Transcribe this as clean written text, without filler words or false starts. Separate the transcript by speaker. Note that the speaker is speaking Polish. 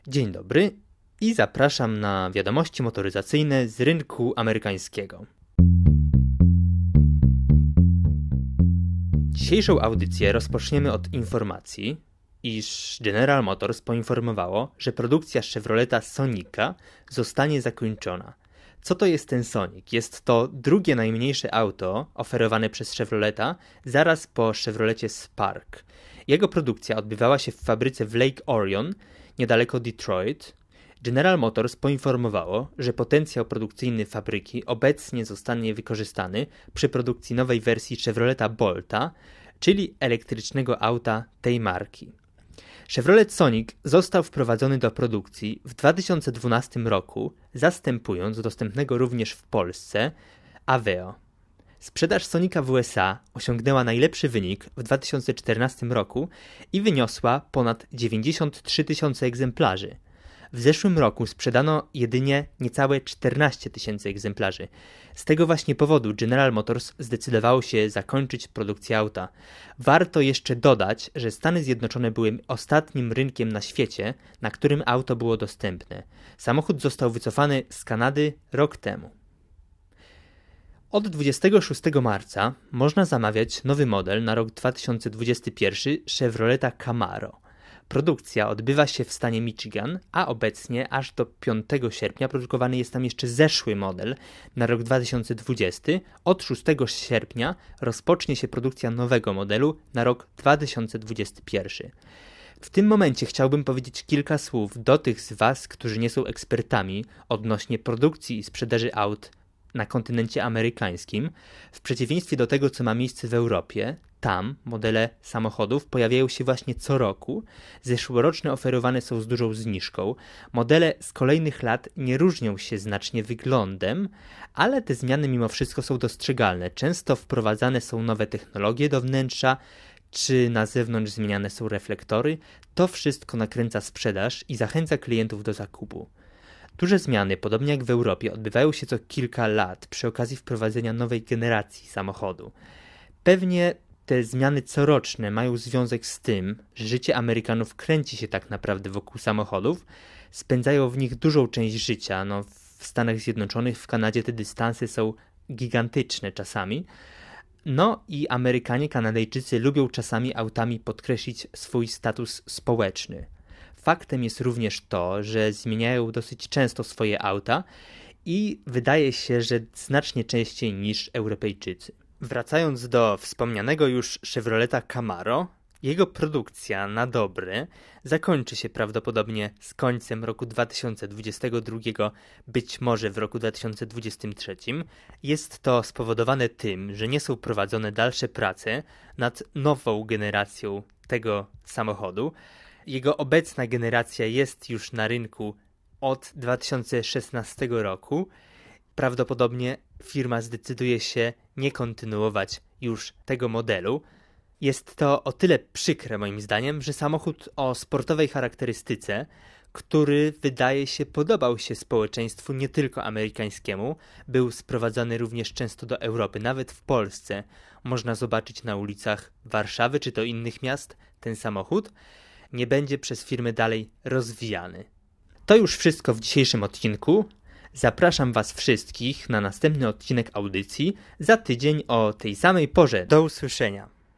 Speaker 1: Dzień dobry i zapraszam na wiadomości motoryzacyjne z rynku amerykańskiego. Dzisiejszą audycję rozpoczniemy od informacji, iż General Motors poinformowało, że produkcja Chevroleta Sonica zostanie zakończona. Co to jest ten Sonic? Jest to drugie najmniejsze auto oferowane przez Chevroleta zaraz po Chevrolecie Spark. Jego produkcja odbywała się w fabryce w Lake Orion, niedaleko Detroit. General Motors poinformowało, że potencjał produkcyjny fabryki obecnie zostanie wykorzystany przy produkcji nowej wersji Chevroleta Bolta, czyli elektrycznego auta tej marki. Chevrolet Sonic został wprowadzony do produkcji w 2012 roku, zastępując dostępnego również w Polsce Aveo. Sprzedaż Sonica w USA osiągnęła najlepszy wynik w 2014 roku i wyniosła ponad 93 tysiące egzemplarzy. W zeszłym roku sprzedano jedynie niecałe 14 tysięcy egzemplarzy. Z tego właśnie powodu General Motors zdecydowało się zakończyć produkcję auta. Warto jeszcze dodać, że Stany Zjednoczone były ostatnim rynkiem na świecie, na którym auto było dostępne. Samochód został wycofany z Kanady rok temu. Od 26 marca można zamawiać nowy model na rok 2021 Chevroleta Camaro. Produkcja odbywa się w stanie Michigan, a obecnie aż do 5 sierpnia produkowany jest tam jeszcze zeszły model na rok 2020. Od 6 sierpnia rozpocznie się produkcja nowego modelu na rok 2021. W tym momencie chciałbym powiedzieć kilka słów do tych z Was, którzy nie są ekspertami odnośnie produkcji i sprzedaży aut na kontynencie amerykańskim. W przeciwieństwie do tego, co ma miejsce w Europie, tam modele samochodów pojawiają się właśnie co roku. Zeszłoroczne oferowane są z dużą zniżką. Modele z kolejnych lat nie różnią się znacznie wyglądem, ale te zmiany mimo wszystko są dostrzegalne. Często wprowadzane są nowe technologie do wnętrza, czy na zewnątrz zmieniane są reflektory. To wszystko nakręca sprzedaż i zachęca klientów do zakupu. Duże zmiany, podobnie jak w Europie, odbywają się co kilka lat przy okazji wprowadzenia nowej generacji samochodu. Pewnie te zmiany coroczne mają związek z tym, że życie Amerykanów kręci się tak naprawdę wokół samochodów, spędzają w nich dużą część życia. W Stanach Zjednoczonych, w Kanadzie te dystanse są gigantyczne czasami. I Amerykanie, Kanadyjczycy lubią czasami autami podkreślić swój status społeczny. Faktem jest również to, że zmieniają dosyć często swoje auta i wydaje się, że znacznie częściej niż Europejczycy. Wracając do wspomnianego już Chevroleta Camaro, jego produkcja na dobre zakończy się prawdopodobnie z końcem roku 2022, być może w roku 2023. Jest to spowodowane tym, że nie są prowadzone dalsze prace nad nową generacją tego samochodu. Jego obecna generacja jest już na rynku od 2016 roku. Prawdopodobnie firma zdecyduje się nie kontynuować już tego modelu. Jest to o tyle przykre moim zdaniem, że samochód o sportowej charakterystyce, który wydaje się podobał się społeczeństwu nie tylko amerykańskiemu, był sprowadzany również często do Europy, nawet w Polsce. Można zobaczyć na ulicach Warszawy czy to innych miast ten samochód. Nie będzie przez firmę dalej rozwijany. To już wszystko w dzisiejszym odcinku. Zapraszam Was wszystkich na następny odcinek audycji za tydzień o tej samej porze. Do usłyszenia.